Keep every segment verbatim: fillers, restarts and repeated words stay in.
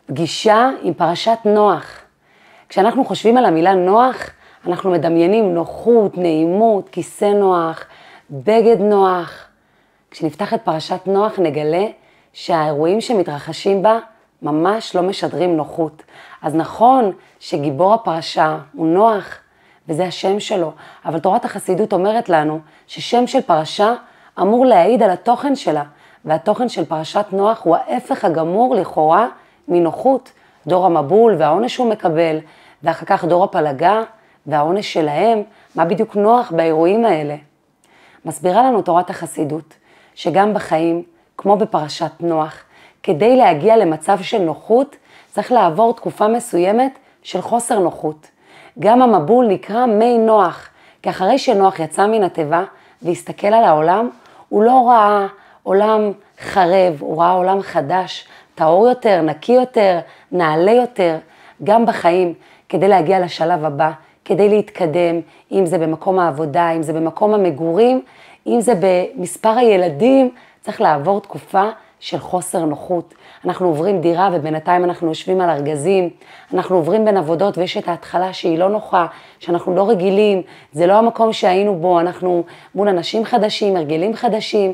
פגישה עם פרשת נוח. כשאנחנו חושבים על המילה נוח, אנחנו מדמיינים נוחות, נעימות, כיסא נוח, בגד נוח. כשנפתח את פרשת נוח נגלה שהאירועים שמתרחשים בה ממש לא משדרים נוחות. אז נכון שגיבור הפרשה הוא נוח, וזה השם שלו, אבל תורת החסידות אומרת לנו ששם של פרשה אמור להעיד על התוכן שלה, והתוכן של פרשת נוח הוא ההפך הגמור לכאורה מנוחות. דור המבול והעונש שהוא מקבל, ואחר כך דור הפלגה והעונש שלהם, מה בדיוק נוח באירועים האלה? מסבירה לנו תורת החסידות שגם בחיים, כמו בפרשת נוח, כדי להגיע למצב של נוחות, צריך לעבור תקופה מסוימת של חוסר נוחות. גם המבול נקרא מי נוח, כי אחרי שנוח יצא מן התיבה והסתכל על העולם, הוא לא ראה עולם חרב, הוא ראה עולם חדש, טהור יותר, נקי יותר, נעלה יותר, גם בחיים, כדי להגיע לשלב הבא, כדי להתקדם, אם זה במקום העבודה, אם זה במקום המגורים, אם זה במספר הילדים, צריך לעבור תקופה של חוסר נוחות. אנחנו עוברים דירה ובינתיים אנחנו יושבים על ארגזים, אנחנו עוברים בין עבודות ויש את ההתחלה שהיא לא נוחה, שאנחנו לא רגילים, זה לא המקום שהיינו בו, אנחנו מול אנשים חדשים, הרגלים חדשים,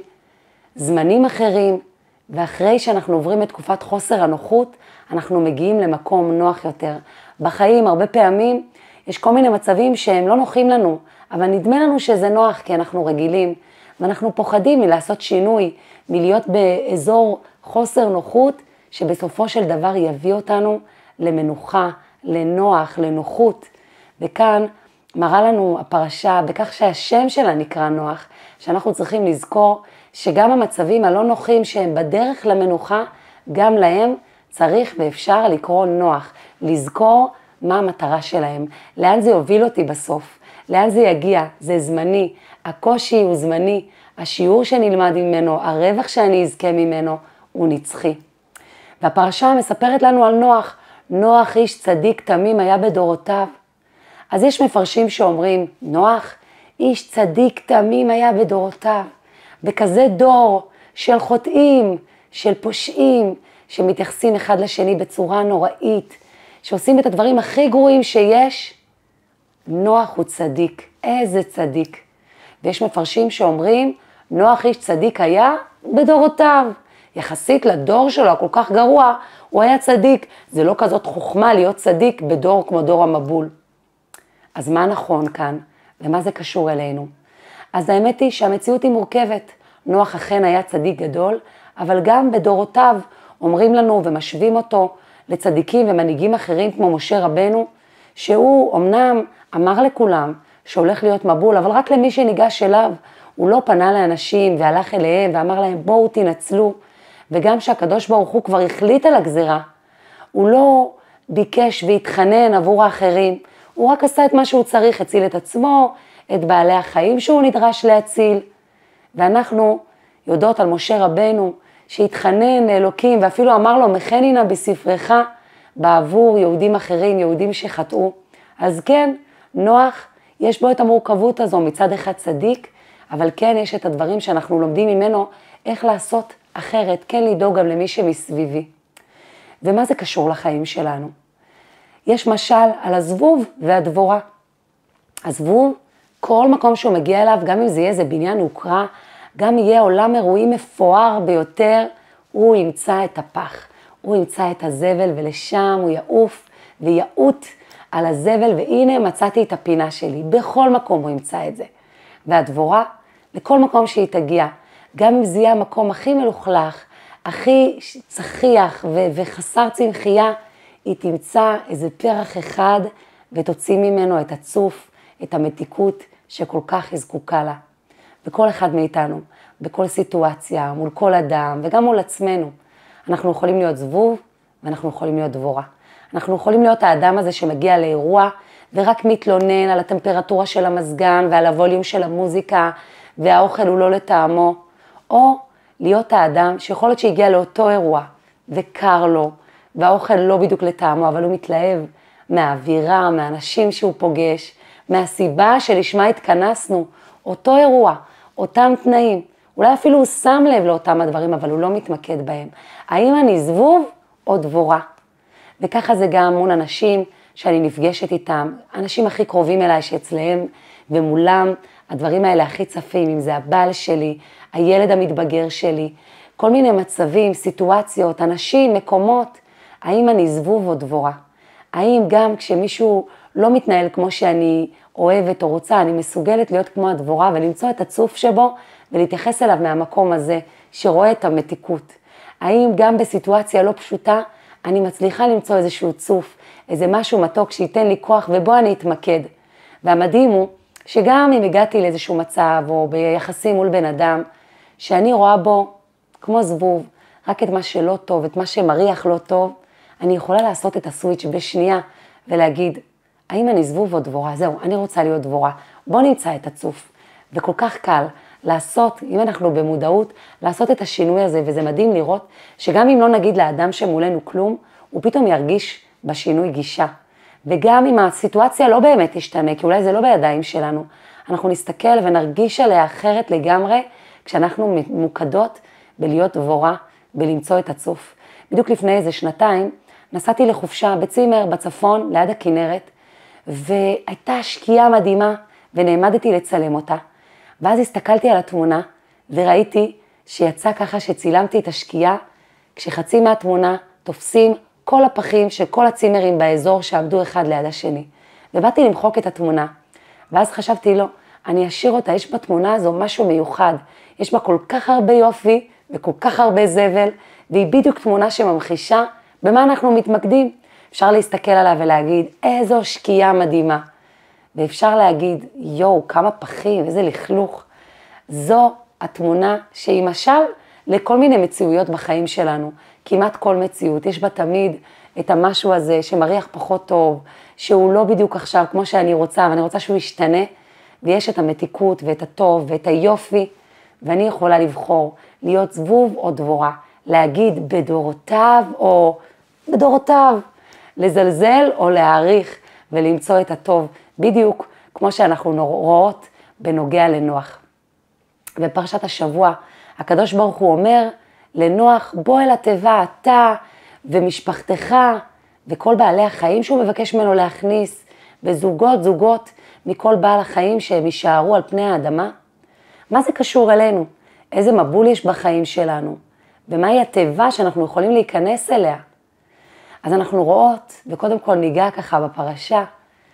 זמנים אחרים, ואחרי שאנחנו עוברים את תקופת חוסר הנוחות, אנחנו מגיעים למקום נוח יותר. בחיים הרבה פעמים יש כל מיני מצבים שהם לא נוחים לנו, אבל נדמה לנו שזה נוח כי אנחנו רגילים, ואנחנו פוחדים מלעשות שינוי, מלהיות באזור חוסר נוחות, שבסופו של דבר יביא אותנו למנוחה, לנוח, לנוחות. וכאן מראה לנו הפרשה, בכך שהשם שלה נקרא נוח, שאנחנו צריכים לזכור שגם המצבים הלא נוחים שהם בדרך למנוחה, גם להם צריך ואפשר לקרוא נוח, לזכור מה המטרה שלהם, לאן זה יוביל אותי בסוף, לאן זה יגיע, זה זמני, הקושי הוא זמני, השיעור שנלמד ממנו, הרווח שאני אזכה ממנו, הוא נצחי. והפרשה מספרת לנו על נוח, נוח איש צדיק תמים היה בדורותיו. אז יש מפרשים שאומרים, נוח איש צדיק תמים היה בדורותיו, בכזה דור של חוטאים, של פושעים, שמתייחסים אחד לשני בצורה נוראית, שעושים את הדברים הכי גרועים שיש, נוח הוא צדיק, איזה צדיק. ויש מפרשים שאומרים, נוח איש צדיק היה בדורותיו, יחסית לדור שלו הכל כך גרוע, הוא היה צדיק. זה לא כזאת חוכמה להיות צדיק בדור כמו דור המבול. אז מה נכון כאן? ומה זה קשור אלינו? אז האמת היא שהמציאות היא מורכבת. נוח אכן היה צדיק גדול, אבל גם בדורותיו אומרים לנו ומשווים אותו לצדיקים ומנהיגים אחרים כמו משה רבנו, שהוא אמנם אמר לכולם שהולך להיות מבול, אבל רק למי שניגש אליו, הוא לא פנה לאנשים והלך אליהם ואמר להם בואו תנצלו, וגם שהקדוש ברוך הוא כבר החליט על הגזירה, הוא לא ביקש והתחנן עבור האחרים, הוא רק עשה את מה שהוא צריך, הציל את עצמו, את בעלי החיים שהוא נדרש להציל, ואנחנו יודעות על משה רבנו שהתחנן לאלוקים ואפילו אמר לו מכני נא בספרך בעבור יהודים אחרים, יהודים שחטאו. אז כן, נוח יש בו את המורכבות הזו, מצד אחד צדיק, אבל כן יש את הדברים שאנחנו לומדים ממנו איך לעשות אחרת, כן לדאוג גם למי שמסביבי. ומה זה קשור לחיים שלנו? יש משל על הזבוב והדבורה. הזבוב, כל מקום שהוא מגיע אליו, גם אם זה יהיה איזה בניין הוקרה, גם יהיה עולם אירועים מפואר ביותר, הוא ימצא את הפח, הוא ימצא את הזבל ולשם הוא יעוף ויעוט על הזבל, והנה מצאתי את הפינה שלי, בכל מקום הוא ימצא את זה. והדבורה, לכל מקום שהיא תגיע, גם אם זה יהיה המקום הכי מלוכלך, הכי צחיח ו- וחסר צמחייה, היא תמצא איזה פרח אחד ותוציא ממנו את הצוף, את המתיקות שכל כך היא זקוקה לה. וכל אחד מאיתנו, בכל סיטואציה, מול כל אדם וגם מול עצמנו, אנחנו יכולים להיות זבוב ואנחנו יכולים להיות דבורה. אנחנו יכולים להיות האדם הזה שמגיע לאירוע ורק מתלונן על הטמפרטורה של המזגן ועל הווליום של המוזיקה והאוכל הוא לא לטעמו, או להיות האדם שיכול להיות שהגיע לאותו אירוע וקר לו והאוכל לא בדיוק לטעמו, אבל הוא מתלהב מהאווירה, מהאנשים שהוא פוגש, מהסיבה שלשמה התכנסנו, אותו אירוע, אותם תנאים, אולי אפילו הוא שם לב לאותם הדברים, אבל הוא לא מתמקד בהם. האם אני זבוב או דבורה? וככה זה גם מול אנשים שאני נפגשת איתם, אנשים הכי קרובים אליי שאצלהם ומולם הדברים האלה הכי צפים, אם זה הבעל שלי, הילד המתבגר שלי, כל מיני מצבים, סיטואציות, אנשים, מקומות, האם אני זבוב או דבורה? האם גם כשמישהו לא מתנהל כמו שאני אוהבת או רוצה, אני מסוגלת להיות כמו הדבורה ולמצוא את הצוף שבו ולהתייחס אליו מהמקום הזה שרואה את המתיקות? האם גם בסיטואציה לא פשוטה אני מצליחה למצוא איזשהו צוף, איזה משהו מתוק שייתן לי כוח ובו אני אתמקד? והמדהים הוא שגם אם הגעתי לאיזשהו מצב או ביחסים מול בן אדם, שאני רואה בו כמו זבוב, רק את מה שלא טוב, את מה שמריח לא טוב, אני יכולה לעשות את הסוויץ' בשנייה ולהגיד, האם אני זבוב או דבורה? זהו, אני רוצה להיות דבורה. בוא נמצא את הצוף. וכל כך קל לעשות, אם אנחנו במודעות, לעשות את השינוי הזה, וזה מדהים לראות שגם אם לא נגיד לאדם שמולנו כלום, הוא פתאום ירגיש בשינוי גישה. וגם אם הסיטואציה לא באמת תשתנה, כי אולי זה לא בידיים שלנו, אנחנו נסתכל ונרגיש עליה אחרת לגמרי, כשאנחנו ממוקדות בלהיות דבורה, בלמצוא את הצוף. בדיוק לפני איזה שנתיים, נסעתי לחופשה בצימר בצפון, ליד הכנרת, והייתה שקיעה מדהימה, ונעמדתי לצלם אותה. ואז הסתכלתי על התמונה, וראיתי שיצא ככה שצילמתי את השקיעה, כשחצי מהתמונה תופסים כל הפחים של כל הצימרים באזור שעמדו אחד ליד השני. ובאתי למחוק את התמונה, ואז חשבתי לו, אני אשאיר אותה, יש בתמונה הזו משהו מיוחד, יש בה כל כך הרבה יופי וכל כך הרבה זבל, והיא בדיוק תמונה שממחישה במה אנחנו מתמקדים. אפשר להסתכל עליה ולהגיד, איזו שקיעה מדהימה. ואפשר להגיד, יואו, כמה פחים, איזה לכלוך. זו התמונה שהיא משל לכל מיני מציאויות בחיים שלנו. כמעט כל מציאות, יש בה תמיד את המשהו הזה שמריח פחות טוב, שהוא לא בדיוק עכשיו כמו שאני רוצה, ואני רוצה שהוא ישתנה, ויש את המתיקות ואת הטוב ואת היופי, ואני יכולה לבחור להיות זבוב או דבורה, להגיד בדורותיו או בדורותיו, לזלזל או להעריך ולמצוא את הטוב, בדיוק כמו שאנחנו רואות בנוגע לנוח. בפרשת השבוע, הקדוש ברוך הוא אומר לנוח, בוא אל התיבה, אתה ומשפחתך וכל בעלי החיים שהוא מבקש ממנו להכניס, וזוגות זוגות מכל בעל החיים שהם יישארו על פני האדמה. מה זה קשור אלינו? איזה מבול יש בחיים שלנו? ומהי התיבה שאנחנו יכולים להיכנס אליה? אז אנחנו רואות, וקודם כל ניגע ככה בפרשה,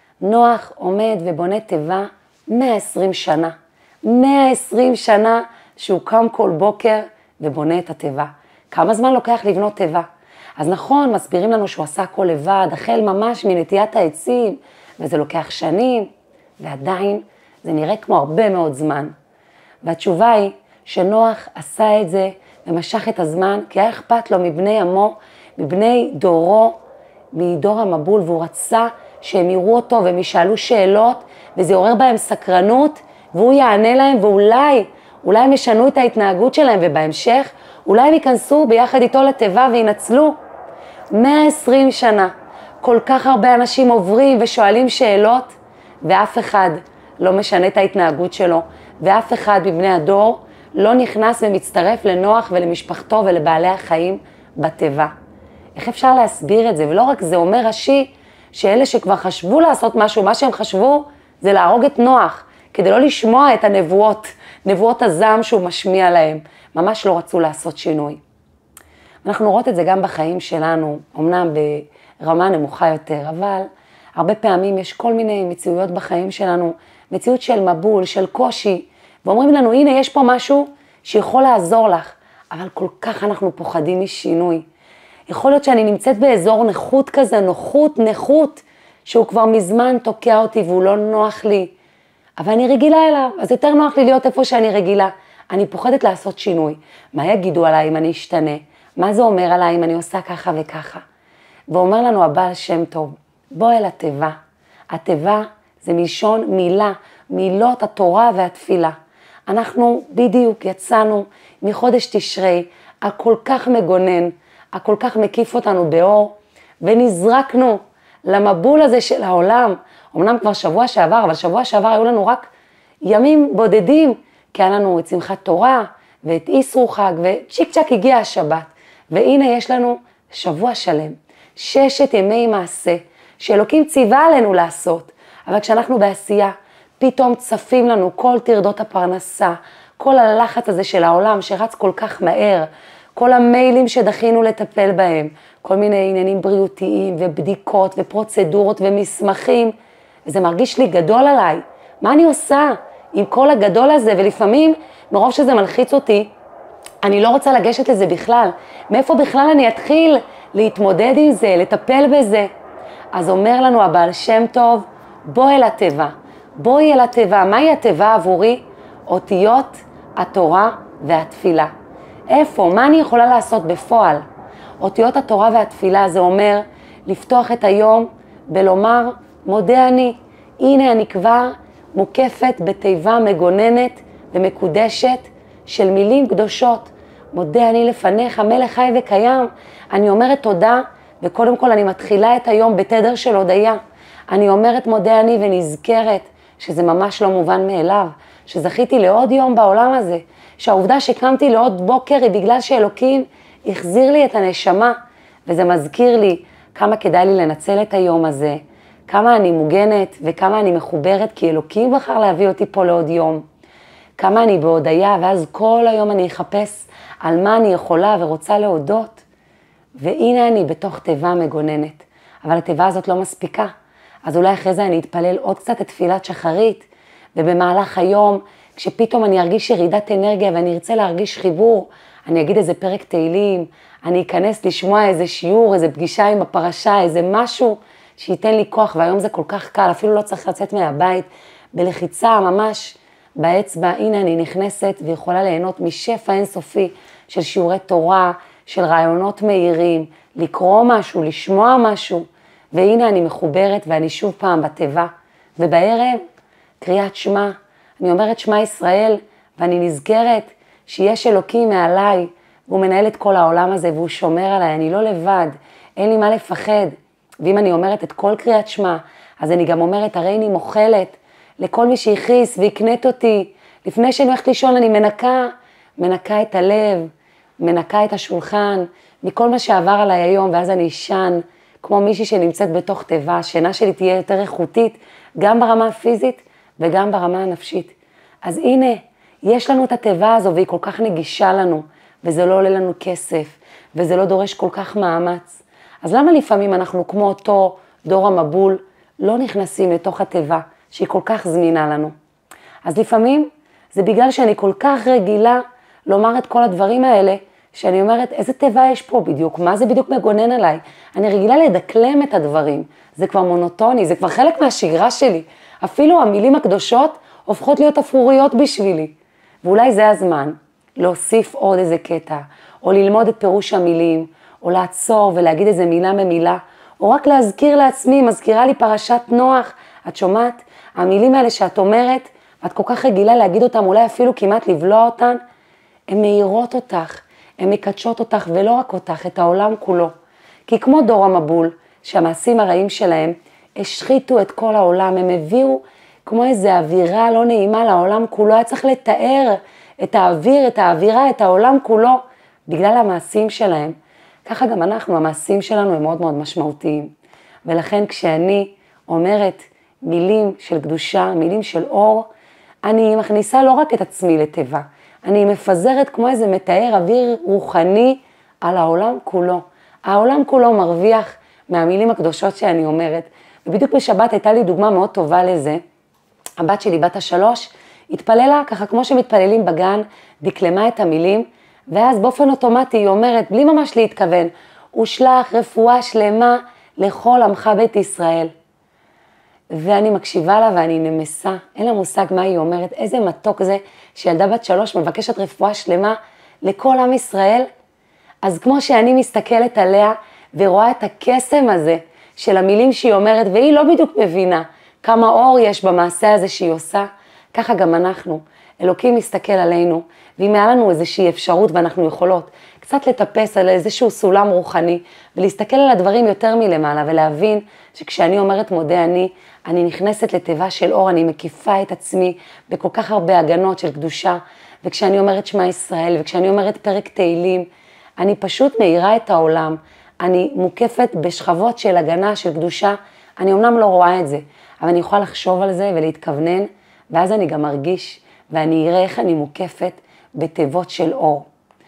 נוח עומד ובונה תיבה מאה ועשרים שנה. מאה ועשרים שנה שהוא קם כל בוקר ובונה את התיבה. כמה זמן לוקח לבנות תיבה? אז נכון, מסבירים לנו שהוא עשה הכל לבד, החל ממש מנטיית העצים, וזה לוקח שנים, ועדיין זה נראה כמו הרבה מאוד זמן. והתשובה היא שנוח עשה את זה ומשך את הזמן, כי היה אכפת לו מבני עמו, מבני דורו, מדור המבול, והוא רצה שהם יראו אותו והם ישאלו שאלות, וזה יעורר בהם סקרנות, והוא יענה להם, ואולי, אולי הם ישנו את ההתנהגות שלהם, ובהמשך, אולי הם ייכנסו ביחד איתו לטבע וינצלו. מאה ועשרים שנה, כל כך הרבה אנשים עוברים ושואלים שאלות, ואף אחד לא משנה את ההתנהגות שלו, ואף אחד מבני הדור לא נכנס ומצטרף לנוח ולמשפחתו ולבעלי החיים בטבע. איך אפשר להסביר את זה? ולא רק זה, אומר רש"י, שאלה שכבר חשבו לעשות משהו, מה שהם חשבו זה להרוג את נוח, כדי לא לשמוע את הנבואות, נבואות הזעם שהוא משמיע להם. ממש לא רצו לעשות שינוי. אנחנו רואות את זה גם בחיים שלנו, אמנם ברמה נמוכה יותר, אבל הרבה פעמים יש כל מיני מציאויות בחיים שלנו, מציאות של מבול, של קושי, ואומרים לנו, הנה יש פה משהו שיכול לעזור לך, אבל כל כך אנחנו פוחדים משינוי. יכול להיות שאני נמצאת באזור נכות כזה, נוחות, נכות, שהוא כבר מזמן תוקע אותי והוא לא נוח לי, אבל אני רגילה אליו, אז יותר נוח לי להיות איפה שאני רגילה. אני פוחדת לעשות שינוי. מה יגידו עליי אם אני אשתנה? מה זה אומר עליי אם אני עושה ככה וככה? ואומר לנו הבעל שם טוב, בוא אל התיבה. התיבה זה מלשון מילה, מילות התורה והתפילה. אנחנו בדיוק יצאנו מחודש תשרי, הכל כך מגונן, הכל כך מקיף אותנו באור, ונזרקנו למבול הזה של העולם. אמנם כבר שבוע שעבר, אבל שבוע שעבר היו לנו רק ימים בודדים, כי היה לנו את שמחת תורה ואת איסרו חג, וצ'יק צ'ק הגיע השבת. והנה יש לנו שבוע שלם, ששת ימי מעשה, שאלוקים ציווה עלינו לעשות, אבל כשאנחנו בעשייה, פתאום צפים לנו כל תרדות הפרנסה, כל הלחץ הזה של העולם שרץ כל כך מהר, כל המיילים שדחינו לטפל בהם, כל מיני עניינים בריאותיים ובדיקות ופרוצדורות ומסמכים, וזה מרגיש לי גדול עליי. מה אני עושה עם כל הגדול הזה? ולפעמים, מרוב שזה מלחיץ אותי, אני לא רוצה לגשת לזה בכלל. מאיפה בכלל אני אתחיל להתמודד עם זה, לטפל בזה? אז אומר לנו הבעל שם טוב, בוא אל הטבע. בואי אל הטבע. מהי הטבע עבורי? אותיות התורה והתפילה. איפה? מה אני יכולה לעשות בפועל? אותיות התורה והתפילה זה אומר לפתוח את היום ולומר, מודה אני, הנה אני כבר מוקפת בתיבה מגוננת ומקודשת של מילים קדושות. מודה אני לפניך, מלך חי וקיים. אני אומרת תודה, וקודם כל אני מתחילה את היום בתדר של הודיה. אני אומרת מודה אני ונזכרת שזה ממש לא מובן מאליו, שזכיתי לעוד יום בעולם הזה, שהעובדה שקמתי לעוד בוקר היא בגלל שאלוקים החזיר לי את הנשמה, וזה מזכיר לי כמה כדאי לי לנצל את היום הזה, כמה אני מוגנת וכמה אני מחוברת, כי אלוקים בחר להביא אותי פה לעוד יום. כמה אני בהודיה, ואז כל היום אני אחפש על מה אני יכולה ורוצה להודות. והנה אני בתוך תיבה מגוננת, אבל התיבה הזאת לא מספיקה. אז אולי אחרי זה אני אתפלל עוד קצת את תפילת שחרית, ובמהלך היום, כשפתאום אני ארגיש ירידת אנרגיה ואני ארצה להרגיש חיבור, אני אגיד איזה פרק תהילים, אני אכנס לשמוע איזה שיעור, איזה פגישה עם הפרשה, איזה משהו שייתן לי כוח, והיום זה כל כך קל, אפילו לא צריך לצאת מהבית, בלחיצה ממש באצבע, הנה אני נכנסת ויכולה ליהנות משפע אינסופי של שיעורי תורה, של רעיונות מהירים, לקרוא משהו, לשמוע משהו, והנה אני מחוברת ואני שוב פעם בטבע, ובערב קריאת שמע, אני אומרת שמע ישראל, ואני נזכרת שיש אלוקים מעליי, והוא מנהל את כל העולם הזה, והוא שומר עליי, אני לא לבד, אין לי מה לפחד. ואם אני אומרת את כל קריאת שמע, אז אני גם אומרת, הרי אני מוכלת לכל מי שהכיס ויקנית אותי. לפני שאני הולכת לישון אני מנקה, מנקה את הלב, מנקה את השולחן, מכל מה שעבר עליי היום, ואז אני אשן, כמו מישהי שנמצאת בתוך טבע, השינה שלי תהיה יותר איכותית, גם ברמה הפיזית וגם ברמה הנפשית. אז הנה, יש לנו את הטבע הזו, והיא כל כך נגישה לנו, וזה לא עולה לנו כסף, וזה לא דורש כל כך מאמץ. אז למה לפעמים אנחנו כמו אותו דור המבול, לא נכנסים לתוך הטבע, שהיא כל כך זמינה לנו? אז לפעמים זה בגלל שאני כל כך רגילה לומר את כל הדברים האלה, שאני אומרת, איזה טבע יש פה בדיוק? מה זה בדיוק מגונן עליי? אני רגילה לדקלם את הדברים. זה כבר מונוטוני, זה כבר חלק מהשגרה שלי. אפילו המילים הקדושות הופכות להיות אפרוריות בשבילי. ואולי זה הזמן להוסיף עוד איזה קטע, או ללמוד את פירוש המילים, או לעצור ולהגיד איזה מילה במילה, או רק להזכיר לעצמי, מזכירה לי פרשת נוח. את שומעת? המילים האלה שאת אומרת, ואת כל כך רגילה להגיד אותם, אולי אפילו כמעט לבלוע אותן, הן מאירות אותך, הן מקדשות אותך ולא רק אותך, את העולם כולו. כי כמו דור המבול, שהמעשים הרעים שלהם השחיתו את כל העולם, הם הביאו כמו איזו אווירה לא נעימה לעולם כולו, היה צריך לתאר את האוויר, את האווירה, את העולם כולו, בגלל המעשים שלהם. ככה גם אנחנו, המעשים שלנו הם מאוד מאוד משמעותיים. ולכן כשאני אומרת מילים של קדושה, מילים של אור, אני מכניסה לא רק את עצמי לטבע, אני מפזרת כמו איזה מתאר אוויר רוחני על העולם כולו. העולם כולו מרוויח מהמילים הקדושות שאני אומרת. ובדיוק בשבת הייתה לי דוגמה מאוד טובה לזה. הבת שלי, בת השלוש, התפללה ככה כמו שמתפללים בגן, דקלמה את המילים, ואז באופן אוטומטי היא אומרת, בלי ממש להתכוון, ושלח רפואה שלמה לכל עמך בית ישראל. ואני מקשיבה לה ואני נמסה, אין לה מושג מה היא אומרת, איזה מתוק זה שילדה בת שלוש מבקשת רפואה שלמה לכל עם ישראל. אז כמו שאני מסתכלת עליה ורואה את הקסם הזה של המילים שהיא אומרת, והיא לא בדיוק מבינה כמה אור יש במעשה הזה שהיא עושה, ככה גם אנחנו. אלוקים מסתכל עלינו, ואם היה לנו איזושהי אפשרות ואנחנו יכולות קצת לטפס על איזשהו סולם רוחני, ולהסתכל על הדברים יותר מלמעלה, ולהבין שכשאני אומרת מודה אני, אני נכנסת לטבע של אור, אני מקיפה את עצמי בכל כך הרבה הגנות של קדושה, וכשאני אומרת שמע ישראל, וכשאני אומרת פרק תהילים, אני פשוט מאירה את העולם, אני מוקפת בשכבות של הגנה, של קדושה, אני אומנם לא רואה את זה, אבל אני יכולה לחשוב על זה ולהתכוונן, ואז אני גם מרגיש, ואני אראה איך אני מוקפת בתיבות של אור.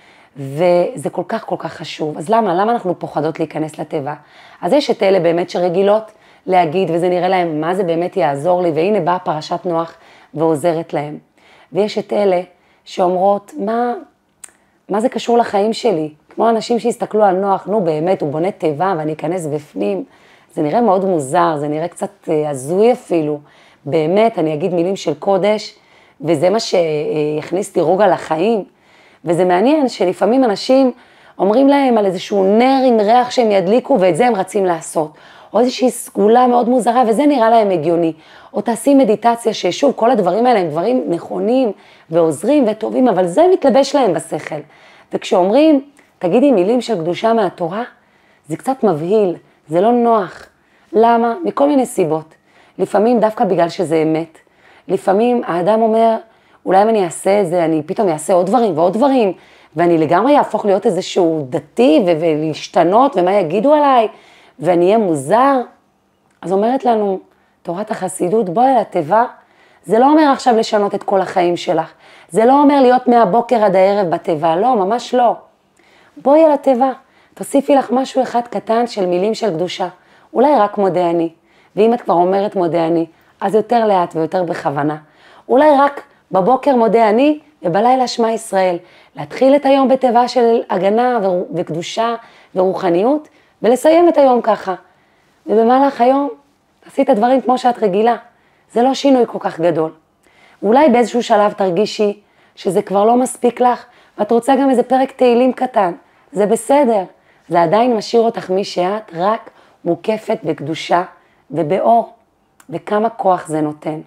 וזה כל כך כל כך חשוב. אז למה? למה אנחנו פוחדות להיכנס לטבע? אז יש את אלה באמת שרגילות להגיד, וזה נראה להם מה זה באמת יעזור לי, והנה באה פרשת נוח ועוזרת להם. ויש את אלה שאומרות, מה, מה זה קשור לחיים שלי? כמו אנשים שהסתכלו על נוח, נו באמת, הוא בונה טבע ואני אכנס בפנים. זה נראה מאוד מוזר, זה נראה קצת הזוי אפילו. באמת, אני אגיד מילים של קודש, וזה מה שיכניס דירוג על החיים. וזה מעניין שלפעמים אנשים אומרים להם על איזשהו נר עם ריח שהם ידליקו, ואת זה הם רצים לעשות. או איזושהי סגולה מאוד מוזרה, וזה נראה להם הגיוני. או תעשי מדיטציה, ששוב, כל הדברים האלה הם דברים נכונים ועוזרים וטובים, אבל זה מתלבש להם בשכל. וכשאומרים, תגידי מילים של קדושה מהתורה, זה קצת מבהיל, זה לא נוח. למה? מכל מיני סיבות. לפעמים דווקא בגלל שזה אמת. לפעמים האדם אומר, אולי אם אני אעשה את זה, אני פתאום אעשה עוד דברים ועוד דברים, ואני לגמרי יהפוך להיות איזשהו דתי ו- ולהשתנות, ומה יגידו עליי, ואני אהיה מוזר. אז אומרת לנו, תורת החסידות, בואי אל הטבע, זה לא אומר עכשיו לשנות את כל החיים שלך, זה לא אומר להיות מהבוקר עד הערב בטבע, לא, ממש לא. בואי אל הטבע, תוסיפי לך משהו אחד קטן של מילים של קדושה, אולי רק מודה אני, ואם את כבר אומרת מודה אני, אז יותר לאט ויותר בכוונה. אולי רק בבוקר מודה אני ובלילה שמע ישראל, להתחיל את היום בטבע של הגנה וקדושה ורוחניות, ולסיים את היום ככה. ובמהלך היום עשית דברים כמו שאת רגילה, זה לא שינוי כל כך גדול. אולי באיזשהו שלב תרגישי שזה כבר לא מספיק לך, ואת רוצה גם איזה פרק תהילים קטן, זה בסדר, זה עדיין משאיר אותך מי שאת, רק מוקפת בקדושה ובאור, וכמה כוח זה נותן.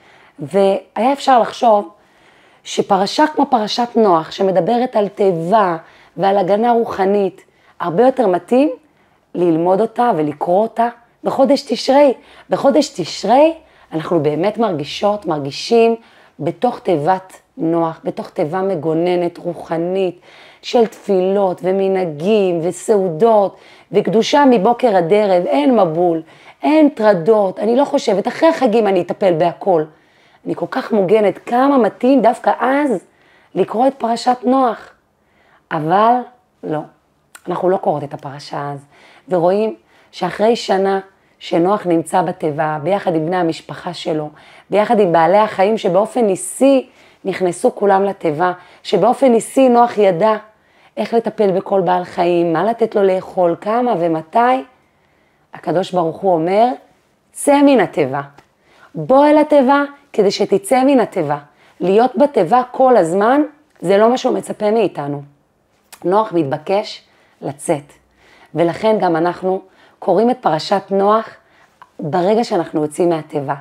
והיה אפשר לחשוב שפרשה כמו פרשת נוח, שמדברת על טבע ועל הגנה רוחנית, הרבה יותר מתאים ללמוד אותה ולקרוא אותה בחודש תשרי. בחודש תשרי אנחנו באמת מרגישות, מרגישים בתוך תיבת נוח, בתוך תיבה מגוננת, רוחנית, של תפילות ומנהגים וסעודות וקדושה מבוקר עד ערב, אין מבול, אין טרדות, אני לא חושבת, אחרי החגים אני אטפל בהכל. אני כל כך מוגנת, כמה מתאים דווקא אז לקרוא את פרשת נוח. אבל לא, אנחנו לא קוראות את הפרשה אז, ורואים שאחרי שנה שנוח נמצא בטבע, ביחד עם בני המשפחה שלו, ביחד עם בעלי החיים שבאופן ניסי נכנסו כולם לטבע, שבאופן ניסי נוח ידע איך לטפל בכל בעל חיים, מה לתת לו לאכול, כמה ומתי. הקדוש ברוך הוא אומר, צא מן הטבע, בוא אל הטבע כדי שתצא מן הטבע. להיות בטבע כל הזמן זה לא מה שהוא מצפה מאיתנו. נוח מתבקש לצאת, ולכן גם אנחנו קוראים את פרשת נוח ברגע שאנחנו יוצאים מהטבע.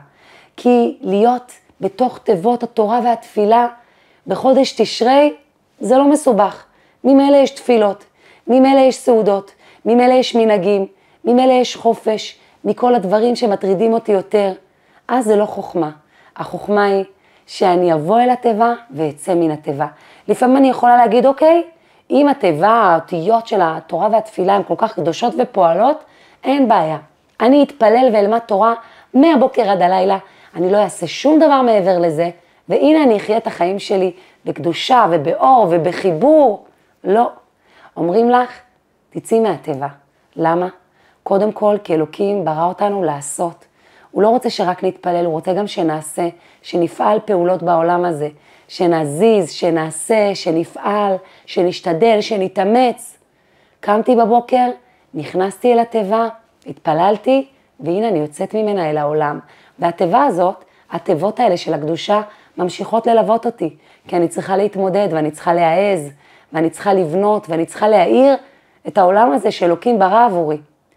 כי להיות בתוך תיבות התורה והתפילה בחודש תשרי זה לא מסובך. ממילא יש תפילות, ממילא יש סעודות, ממילא יש מנהגים, ממילא יש חופש, מכל הדברים שמטרידים אותי יותר. אז זה לא חוכמה. החוכמה היא שאני אבוא אל הטבע ואצא מן הטבע. לפעמים אני יכולה להגיד, אוקיי, אם הטבע, האותיות של התורה והתפילה הן כל כך קדושות ופועלות, אין בעיה. אני אתפלל ואלמד תורה מהבוקר עד הלילה, אני לא אעשה שום דבר מעבר לזה, והנה אני אחיה את החיים שלי בקדושה ובאור ובחיבור. לא. אומרים לך, תצאי מהטבע. למה? קודם כל, כי אלוקים ברא אותנו לעשות. הוא לא רוצה שרק נתפלל, הוא רוצה גם שנעשה, שנפעל פעולות בעולם הזה, שנזיז, שנעשה, שנפעל, שנשתדל, שנתאמץ. קמתי בבוקר, נכנסתי אל הטבע, התפללתי, והנה אני יוצאת ממנה אל העולם. והטבע הזאת, הטבות האלה של הקדושה, ממשיכות ללוות אותי, כי אני צריכה להתמודד, ואני צריכה להעז, ואני צריכה לבנות, ואני צריכה להאיר את העולם הזה שאלוקים ברא עבורי.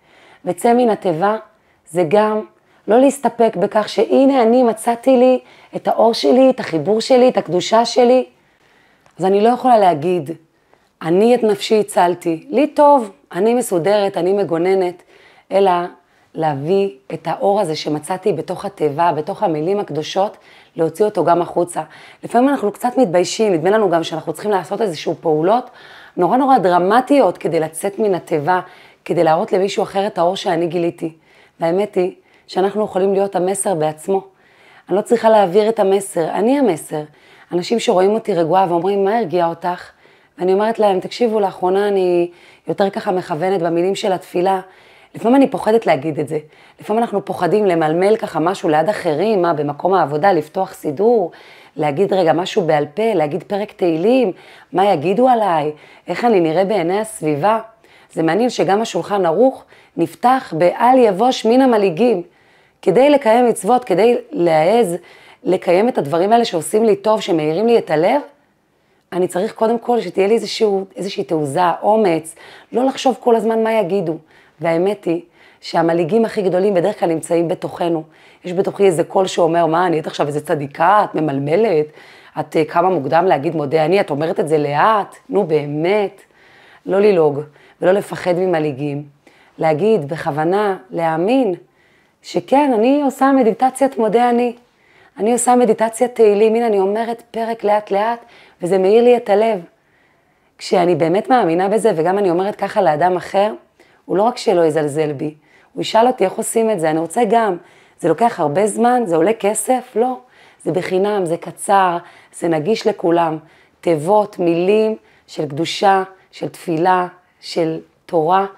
וצא מן הטבע, זה גם לא להסתפק בכך שהנה אני מצאתי לי את האור שלי, את החיבור שלי, את הקדושה שלי. אז אני לא יכולה להגיד, אני את נפשי הצלתי, לי טוב, אני מסודרת, אני מגוננת, אלא להביא את האור הזה שמצאתי בתוך הטבע, בתוך המילים הקדושות, להוציא אותו גם החוצה. לפעמים אנחנו קצת מתביישים, נדמה לנו גם שאנחנו צריכים לעשות איזשהו פעולות נורא נורא דרמטיות כדי לצאת מן הטבע, כדי להראות למישהו אחר את האור שאני גיליתי. והאמת היא שאנחנו יכולים להיות המסר בעצמו. אני לא צריכה להעביר את המסר, אני המסר. אנשים שרואים אותי רגועה ואומרים, מה הרגיע אותך? ואני אומרת להם, תקשיבו, לאחרונה אני יותר ככה מכוונת במילים של התפילה. לפעמים אני פוחדת להגיד את זה. לפעמים אנחנו פוחדים למלמל ככה משהו ליד אחרים, מה, במקום העבודה, לפתוח סידור, להגיד רגע משהו בעל פה, להגיד פרק תהילים, מה יגידו עליי, איך אני נראה בעיני הסביבה. זה מעניין שגם השולחן ערוך נפתח באל יבוש מן המלעיגים, כדי לקיים מצוות, כדי להעז, לקיים את הדברים האלה שעושים לי טוב, שמאירים לי את הלב, אני צריך קודם כל שתהיה לי איזשהו, איזושהי תעוזה, אומץ, לא לחשוב כל הזמן מה יגידו. והאמת היא שהמלעיגים הכי גדולים בדרך כלל נמצאים בתוכנו. יש בתוכי איזה קול שאומר, מה, אני את עכשיו איזה צדיקה, את ממלמלת, את כמה מוקדם להגיד מודה אני, את אומרת את זה לאט, נו באמת. לא ללעוג ולא לפחד ממלעיגים. להגיד בכוונה, להאמין, שכן, אני עושה מדיטציית מודה אני. אני עושה מדיטציית תהילים, הנה אני אומרת פרק לאט לאט, וזה מאיר לי את הלב. כשאני באמת מאמינה בזה, וגם אני אומרת ככה לאדם אחר, הוא לא רק שלא יזלזל בי, הוא ישאל אותי איך עושים את זה, אני רוצה גם, זה לוקח הרבה זמן, זה עולה כסף? לא, זה בחינם, זה קצר, זה נגיש לכולם, תיבות, מילים של קדושה, של תפילה, של תורה,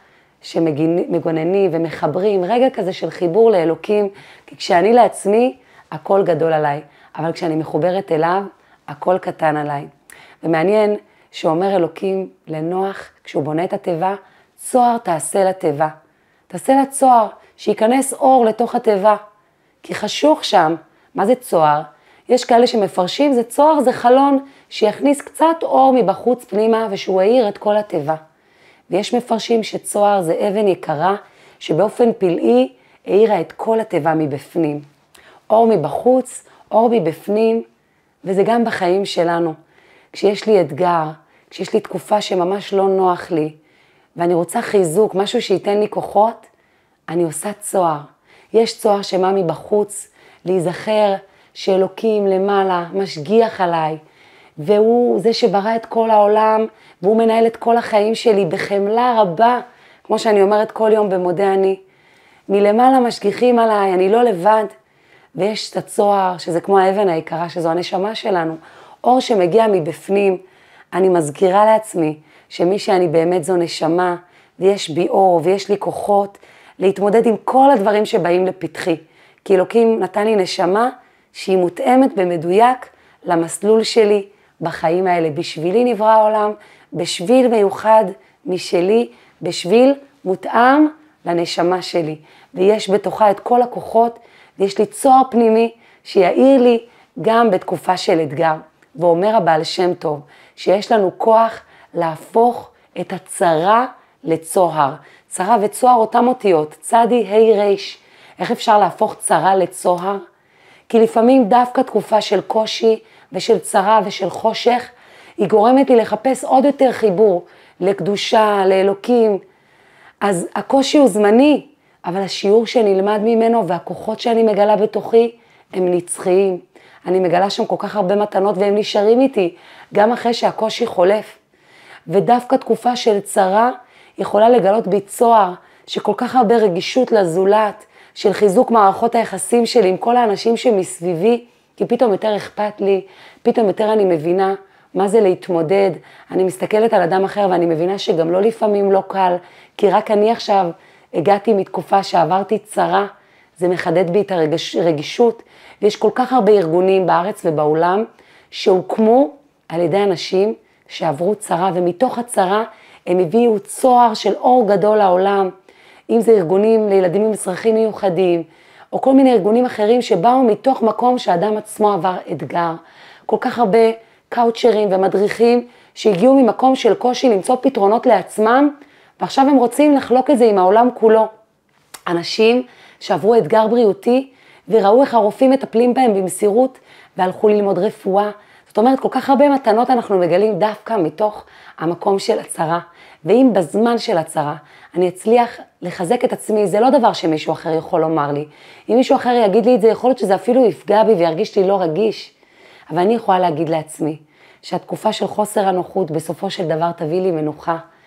שמגוננים ומחברים, רגע כזה של חיבור לאלוקים, כי כשאני לעצמי, הכל גדול עליי, אבל כשאני מחוברת אליו, הכל קטן עליי. ומעניין שאומר אלוקים לנוח, כשהוא בונה את התיבה, צוהר תעשה לתיבה. תעשה לה צוהר, שיכנס אור לתוך התיבה. כי חשוך שם, מה זה צוהר? יש כאלה שמפרשים, זה צוהר, זה חלון, שיכניס קצת אור מבחוץ פנימה, ושהוא העיר את כל התיבה. ויש מפרשים שצוהר זה אבן יקרה, שבאופן פלאי העירה את כל התיבה מבפנים. אור מבחוץ, אור מבפנים, וזה גם בחיים שלנו. כשיש לי אתגר, כשיש לי תקופה שממש לא נוח לי, ואני רוצה חיזוק, משהו שייתן לי כוחות, אני עושה צוהר. יש צוהר שמה מבחוץ, להיזכר שאלוקים למעלה משגיח עליי, והוא זה שברא את כל העולם, והוא מנהל את כל החיים שלי בחמלה רבה, כמו שאני אומרת כל יום במודה אני. מלמעלה משגיחים עליי, אני לא לבד, ויש את הצוהר, שזה כמו האבן היקרה, שזו הנשמה שלנו, אור שמגיע מבפנים. אני מזכירה לעצמי שמי שאני באמת זו נשמה, ויש בי אור, ויש לי כוחות, להתמודד עם כל הדברים שבאים לפתחי. כי אלוקים נתן לי נשמה שהיא מותאמת במדויק למסלול שלי בחיים האלה. בשבילי נברא העולם, בשביל מיוחד משלי, בשביל מותאם לנשמה שלי. ויש בתוכה את כל הכוחות, ויש לי צוהר פנימי שיעיר לי גם בתקופה של אתגר. ואומר הבעל שם טוב, שיש לנו כוח להפוך את הצרה לצוהר. צרה וצוהר אותם אותיות, צדי, ה' ריש. איך אפשר להפוך צרה לצוהר? כי לפעמים דווקא תקופה של קושי ושל צרה ושל חושך, היא גורמת לי לחפש עוד יותר חיבור לקדושה, לאלוקים. אז הקושי הוא זמני, אבל השיעור שנלמד ממנו והכוחות שאני מגלה בתוכי הם נצחיים. אני מגלה שם כל כך הרבה מתנות והם נשארים איתי, גם אחרי שהקושי חולף. ודווקא תקופה של צרה יכולה לגלות בי צוהר, שכל כך הרבה רגישות לזולת, של חיזוק מערכות היחסים שלי עם כל האנשים שמסביבי, כי פתאום יותר אכפת לי, פתאום יותר אני מבינה מה זה להתמודד. אני מסתכלת על אדם אחר ואני מבינה שגם לא לפעמים לא קל, כי רק אני עכשיו הגעתי מתקופה שעברתי צרה, זה מחדד בי את הרגישות, ויש כל כך הרבה ארגונים בארץ ובעולם שהוקמו על ידי אנשים שעברו צרה, ומתוך הצרה הם הביאו צוהר של אור גדול לעולם, אם זה ארגונים לילדים עם צרכים מיוחדים, או כל מיני ארגונים אחרים שבאו מתוך מקום שהאדם עצמו עבר אתגר. כל כך הרבה קאוצ'רים ומדריכים שהגיעו ממקום של קושי למצוא פתרונות לעצמם, ועכשיו הם רוצים לחלוק את זה עם העולם כולו. אנשים שעברו אתגר בריאותי וראו איך הרופאים מטפלים בהם במסירות והלכו ללמוד רפואה. זאת אומרת, כל כך הרבה מתנות אנחנו מגלים דווקא מתוך המקום של הצרה. ואם בזמן של הצרה אני אצליח לחזק את עצמי, זה לא דבר שמישהו אחר יכול לומר לי. אם מישהו אחר יגיד לי את זה, יכול להיות שזה אפילו יפגע בי וירגיש לי לא רגיש. אבל אני יכולה להגיד לעצמי שהתקופה של חוסר הנוחות בסופו של דבר תביא לי מנוחה.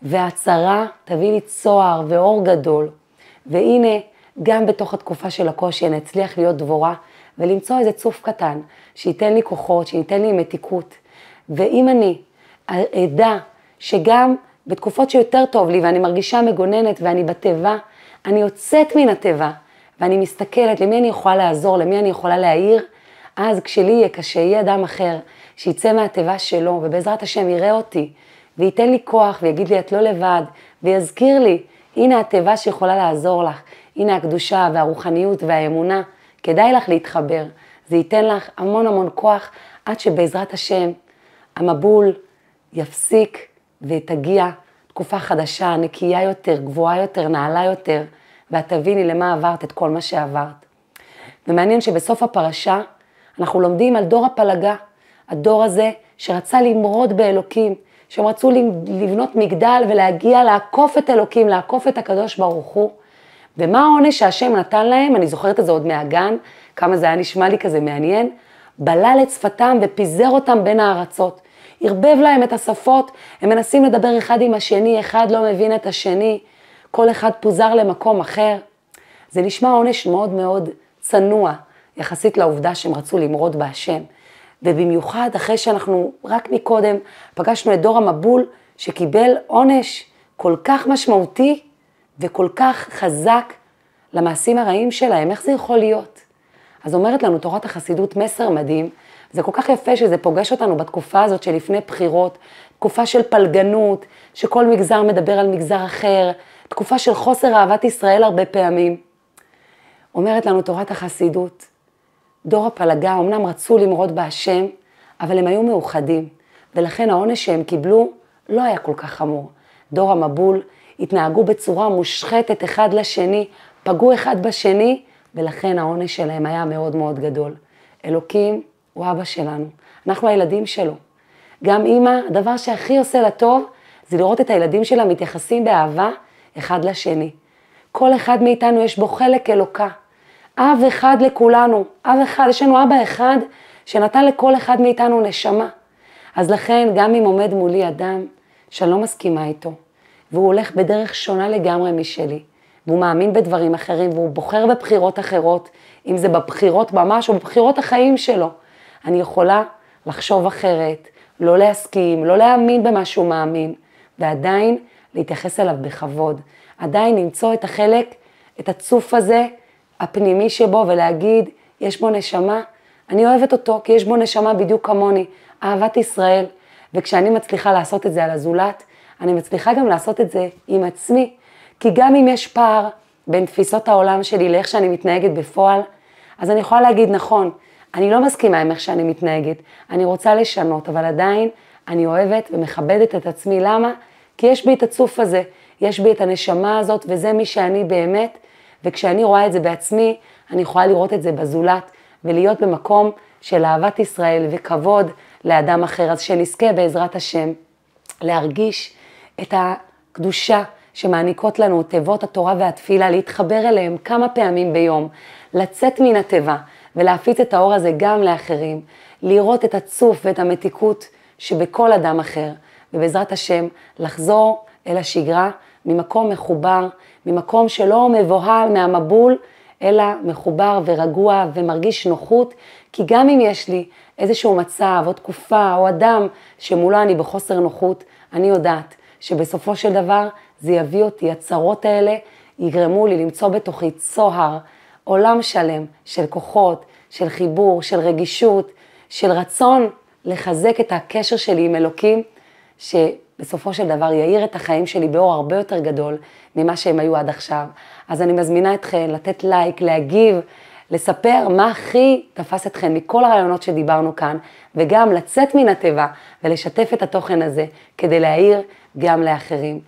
והצרה תביא לי צוהר ואור גדול. והנה, גם בתוך התקופה של הקושי אני אצליח להיות דבורה, ולמצוא איזה צוף קטן, שייתן לי כוחות, שייתן לי מתיקות. ואם אני אדע שגם בתקופות שיותר טוב לי, ואני מרגישה מגוננת ואני בטבע, אני יוצאת מן הטבע, ואני מסתכלת למי אני יכולה לעזור, למי אני יכולה להעיר, אז כשלי יהיה קשה, יהיה אדם אחר, שיצא מהטבע שלו, ובעזרת השם יראה אותי, וייתן לי כוח, ויגיד לי את לא לבד, ויזכיר לי, הנה הטבע שיכולה לעזור לך, הנה הקדושה והרוחניות והאמונה, כדאי לך להתחבר, זה ייתן לך המון המון כוח, עד שבעזרת השם המבול יפסיק ותגיע תקופה חדשה, נקייה יותר, גבוהה יותר, נעלה יותר, ואת תביני למה עברת את כל מה שעברת. ומעניין שבסוף הפרשה אנחנו לומדים על דור הפלגה, הדור הזה שרצה למרוד באלוקים, שהם רצו לבנות מגדל ולהגיע לעקוף את אלוקים, לעקוף את הקדוש ברוך הוא. ומה העונש שהשם נתן להם? אני זוכרת את זה עוד מהגן, כמה זה היה נשמע לי כזה מעניין. בלל את שפתם ופיזר אותם בין הארצות. הרבב להם את השפות, הם מנסים לדבר אחד עם השני, אחד לא מבין את השני, כל אחד פוזר למקום אחר. זה נשמע עונש מאוד מאוד צנוע, יחסית לעובדה שהם רצו למרוד בהשם. ובמיוחד אחרי שאנחנו רק מקודם פגשנו את דור המבול שקיבל עונש כל כך משמעותי וכל כך חזק למעשים הרעים שלהם, איך זה יכול להיות? אז אומרת לנו תורת החסידות מסר מדהים, זה כל כך יפה שזה פוגש אותנו בתקופה הזאת שלפני בחירות, תקופה של פלגנות, שכל מגזר מדבר על מגזר אחר, תקופה של חוסר אהבת ישראל הרבה פעמים. אומרת לנו תורת החסידות, דור הפלגה אמנם רצו למרוד בהשם, אבל הם היו מאוחדים, ולכן העונש שהם קיבלו לא היה כל כך חמור. דור המבול התנהגו בצורה מושחתת אחד לשני, פגעו אחד בשני, ולכן העונש שלהם היה מאוד מאוד גדול. אלוקים הוא אבא שלנו, אנחנו הילדים שלו. גם אמא, הדבר שהכי עושה לה טוב, זה לראות את הילדים שלה מתייחסים באהבה אחד לשני. כל אחד מאיתנו יש בו חלק אלוקה. אב אחד לכולנו, אב אחד, יש לנו אבא אחד שנתן לכל אחד מאיתנו נשמה. אז לכן גם אם עומד מולי אדם שאני לא מסכימה איתו, והוא הולך בדרך שונה לגמרי משלי, והוא מאמין בדברים אחרים, והוא בוחר בבחירות אחרות, אם זה בבחירות ממש או בבחירות החיים שלו, אני יכולה לחשוב אחרת, לא להסכים, לא להאמין במה שהוא מאמין, ועדיין להתייחס אליו בכבוד, עדיין למצוא את החלק, את הצוף הזה, הפנימי שבו, ולהגיד, יש בו נשמה, אני אוהבת אותו, כי יש בו נשמה בדיוק כמוני, אהבת ישראל, וכשאני מצליחה לעשות את זה על הזולת, אני מצליחה גם לעשות את זה עם עצמי, כי גם אם יש פער בין תפיסות העולם שלי לאיך שאני מתנהגת בפועל, אז אני יכולה להגיד, נכון, אני לא מסכימה עם איך שאני מתנהגת, אני רוצה לשנות, אבל עדיין אני אוהבת ומכבדת את עצמי. למה? כי יש בי את הצוף הזה, יש בי את הנשמה הזאת, וזה מי שאני באמת, וכשאני רואה את זה בעצמי, אני יכולה לראות את זה בזולת, ולהיות במקום של אהבת ישראל וכבוד לאדם אחר. אז שנזכה בעזרת השם להרגיש את הקדושה שמעניקות לנו תיבות התורה והתפילה, להתחבר אליהם כמה פעמים ביום, לצאת מן הטבע ולהפיץ את האור הזה גם לאחרים, לראות את הצוף ואת המתיקות שבכל אדם אחר, ובעזרת השם לחזור אל השגרה ממקום מחובר, ממקום שלא מבוהל מהמבול, אלא מחובר ורגוע ומרגיש נוחות, כי גם אם יש לי איזשהו מצב או תקופה או אדם שמולו אני בחוסר נוחות, אני יודעת שבסופו של דבר זה יביא אותי, הצרות האלה יגרמו לי למצוא בתוכי צוהר, עולם שלם של כוחות, של חיבור, של רגישות, של רצון לחזק את הקשר שלי עם אלוקים, שבסופו של דבר יאיר את החיים שלי באור הרבה יותר גדול ממה שהם היו עד עכשיו. אז אני מזמינה אתכם לתת לייק, להגיב, לספר מה הכי תפס אתכם מכל הרעיונות שדיברנו כאן, וגם לצאת מן הטבע ולשתף את התוכן הזה כדי להאיר גם לאחרים.